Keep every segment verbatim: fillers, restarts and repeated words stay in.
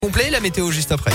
Complet, la météo juste après.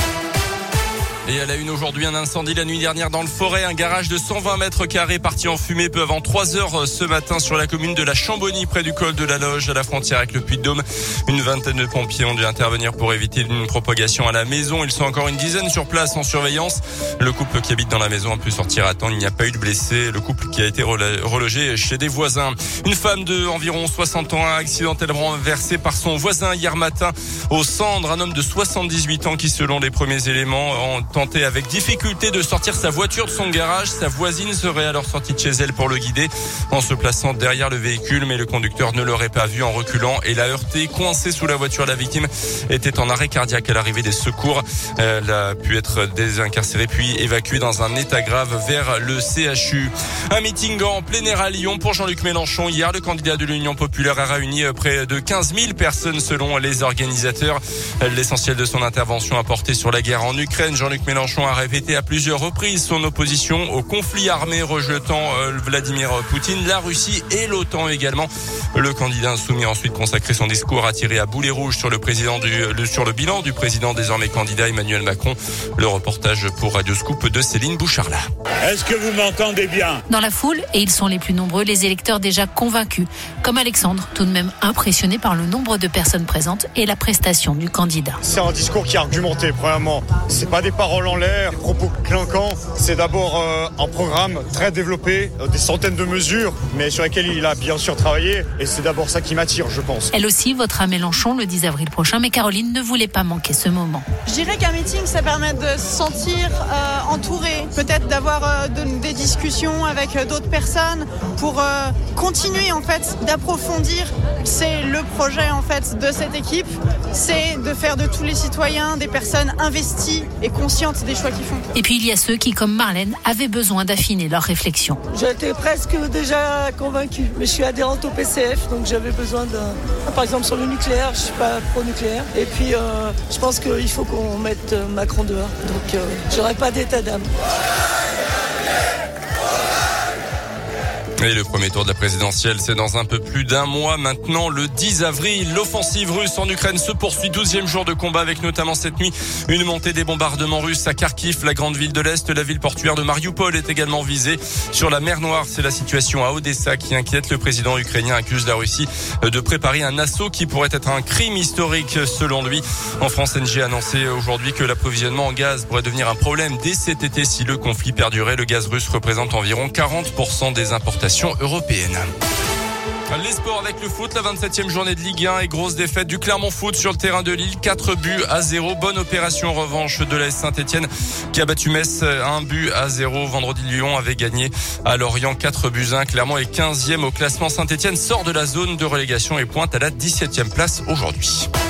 Et à la une aujourd'hui, un incendie la nuit dernière dans le Forêt. Un garage de cent vingt mètres carrés parti en fumée peu avant trois heures ce matin sur la commune de la Chambonnie, près du col de la Loge, à la frontière avec le Puy-de-Dôme. Une vingtaine de pompiers ont dû intervenir pour éviter une propagation à la maison. Ils sont encore une dizaine sur place en surveillance. Le couple qui habite dans la maison a pu sortir à temps. Il n'y a pas eu de blessés. Le couple qui a été relogé chez des voisins. Une femme de environ soixante ans a accidentellement renversé par son voisin hier matin aux cendres. Un homme de soixante-dix-huit ans qui, selon les premiers éléments, ont tenté avec difficulté de sortir sa voiture de son garage. Sa voisine serait alors sortie de chez elle pour le guider en se plaçant derrière le véhicule, mais le conducteur ne l'aurait pas vu en reculant et l'a heurté. Coincée sous la voiture, la victime était en arrêt cardiaque à l'arrivée des secours. Elle a pu être désincarcérée puis évacuée dans un état grave vers le C H U. Un meeting en plein air à Lyon pour Jean-Luc Mélenchon. Hier, le candidat de l'Union populaire a réuni près de quinze mille personnes selon les organisateurs. L'essentiel de son intervention a porté sur la guerre en Ukraine. Jean-Luc Mélenchon a répété à plusieurs reprises son opposition au conflit armé, rejetant Vladimir Poutine, la Russie et l'OTAN également. Le candidat insoumis a ensuite consacré son discours à tirer à boulet rouge sur le président du, le, sur le bilan du président désormais candidat Emmanuel Macron. Le reportage pour Radio Scoop de Céline Bouchard-là. Est-ce que vous m'entendez bien ? Dans la foule, et ils sont les plus nombreux, les électeurs déjà convaincus, comme Alexandre, tout de même impressionné par le nombre de personnes présentes et la prestation du candidat. C'est un discours qui est argumenté, premièrement. C'est pas des paroles en l'air, des propos clinquants. C'est d'abord euh, un programme très développé, euh, des centaines de mesures, mais sur lesquelles il a bien sûr travaillé. Et c'est d'abord ça qui m'attire, je pense. Elle aussi votera Mélenchon le dix avril prochain, mais Caroline ne voulait pas manquer ce moment. Je dirais qu'un meeting, ça permet de se sentir euh, entouré, peut-être d'avoir euh, de, des discussions avec euh, d'autres personnes pour euh, continuer en fait d'approfondir. C'est le projet en fait de cette équipe, c'est de faire de tous les citoyens des personnes investies et conscientes des choix qu'ils font. Et puis il y a ceux qui, comme Marlène, avaient besoin d'affiner leurs réflexions. J'étais presque déjà convaincue, mais je suis adhérente au P C F, donc j'avais besoin d'un... Par exemple sur le nucléaire, je suis pas pro-nucléaire. Et puis euh, je pense qu'il faut qu'on mette Macron dehors, donc euh, j'aurais pas d'état d'âme. Et le premier tour de la présidentielle, c'est dans un peu plus d'un mois maintenant, le dix avril. L'offensive russe en Ukraine se poursuit, douzième jour de combat avec notamment cette nuit une montée des bombardements russes à Kharkiv, la grande ville de l'Est. La ville portuaire de Mariupol est également visée. Sur la mer Noire, c'est la situation à Odessa qui inquiète. Le président ukrainien accuse la Russie de préparer un assaut qui pourrait être un crime historique selon lui. En France, Engie a annoncé aujourd'hui que l'approvisionnement en gaz pourrait devenir un problème dès cet été si le conflit perdurait. Le gaz russe représente environ quarante pour cent des importations européennes. Les sports avec le foot, la vingt-septième journée de Ligue un et grosse défaite du Clermont Foot sur le terrain de Lille, quatre buts à zéro. Bonne opération en revanche de l'A S Saint-Etienne qui a battu Metz un but à zéro. Vendredi, Lyon avait gagné à Lorient quatre buts à un. Clermont est quinzième au classement. Saint-Etienne sort de la zone de relégation et pointe à la dix-septième place aujourd'hui.